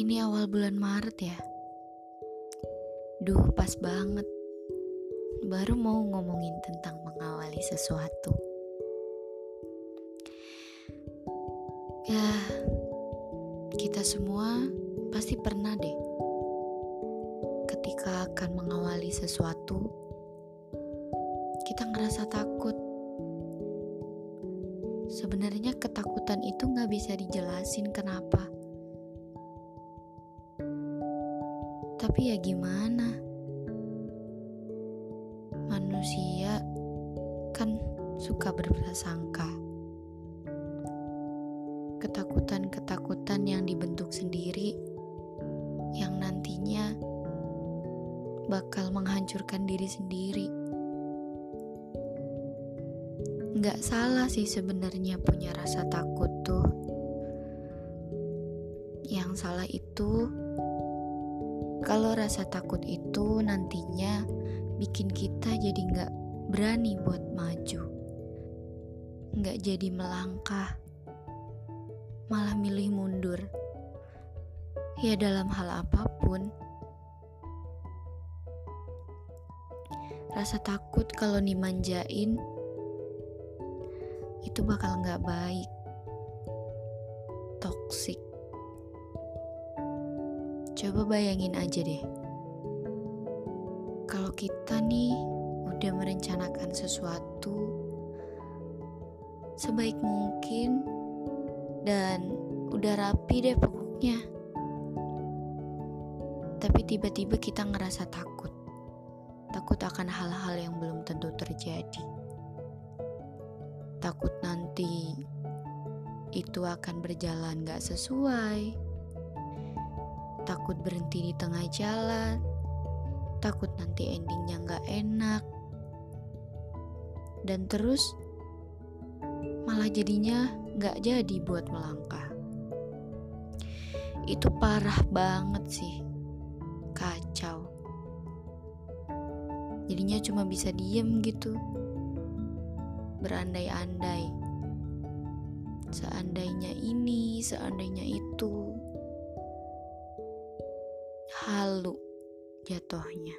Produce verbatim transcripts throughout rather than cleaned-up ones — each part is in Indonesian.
Ini awal bulan Maret ya. Duh, pas banget. Baru mau ngomongin tentang mengawali sesuatu. Ya, kita semua pasti pernah deh ketika akan mengawali sesuatu, kita ngerasa takut. Sebenarnya ketakutan itu gak bisa dijelasin kenapa. Tapi ya gimana? Manusia kan suka berprasangka. Ketakutan-ketakutan yang dibentuk sendiri yang nantinya bakal menghancurkan diri sendiri. Nggak salah sih sebenarnya punya rasa takut tuh. Yang salah itu kalau rasa takut itu nantinya bikin kita jadi nggak berani buat maju, nggak jadi melangkah, malah milih mundur. Ya dalam hal apapun. Rasa takut kalau dimanjain itu bakal nggak baik, toksik. Coba bayangin aja deh, kalau kita nih udah merencanakan sesuatu sebaik mungkin dan udah rapi deh pokoknya, tapi tiba-tiba kita ngerasa takut, takut akan hal-hal yang belum tentu terjadi, takut nanti itu akan berjalan gak sesuai, takut berhenti di tengah jalan, takut nanti endingnya gak enak, dan terus malah jadinya gak jadi buat melangkah. Itu parah banget sih, kacau. Jadinya cuma bisa diem gitu, berandai-andai, seandainya ini, seandainya itu. Halu jatuhnya.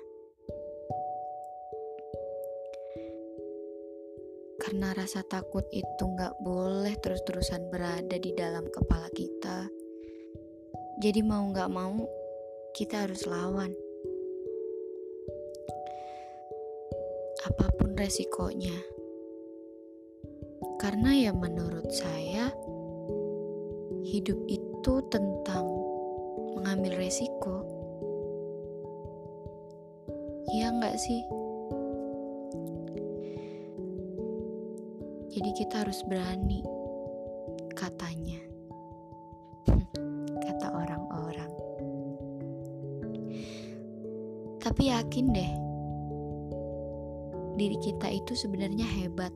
Karena rasa takut itu gak boleh terus-terusan berada di dalam kepala kita. Jadi mau gak mau kita harus lawan. Apapun resikonya. Karena ya menurut saya hidup itu tentang mengambil resiko. Iya gak sih? Jadi kita harus berani, katanya. Kata orang-orang. Tapi yakin deh, diri kita itu sebenarnya hebat.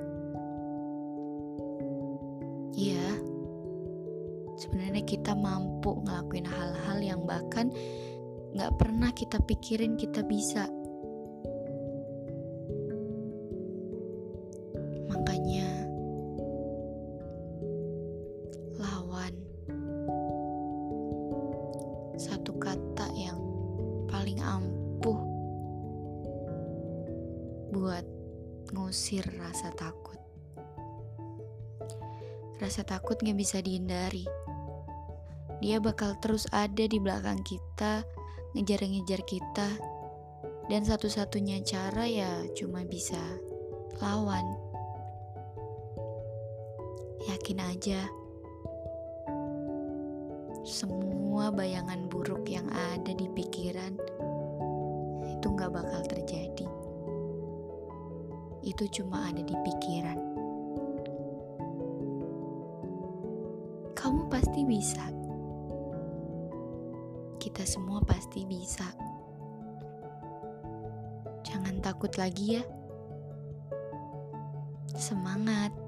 Iya, sebenarnya kita mampu ngelakuin hal-hal yang bahkan gak pernah kita pikirin kita bisa. Makanya lawan. Satu kata yang paling ampuh buat ngusir rasa takut. Rasa takut gak bisa dihindari. Dia bakal terus ada di belakang kita, ngejar-ngejar kita. Dan satu-satunya cara ya cuma bisa lawan. Yakin aja, semua bayangan buruk yang ada di pikiran itu gak bakal terjadi. Itu cuma ada di pikiran. Kamu pasti bisa. Kita semua pasti bisa. Jangan takut lagi ya. Semangat.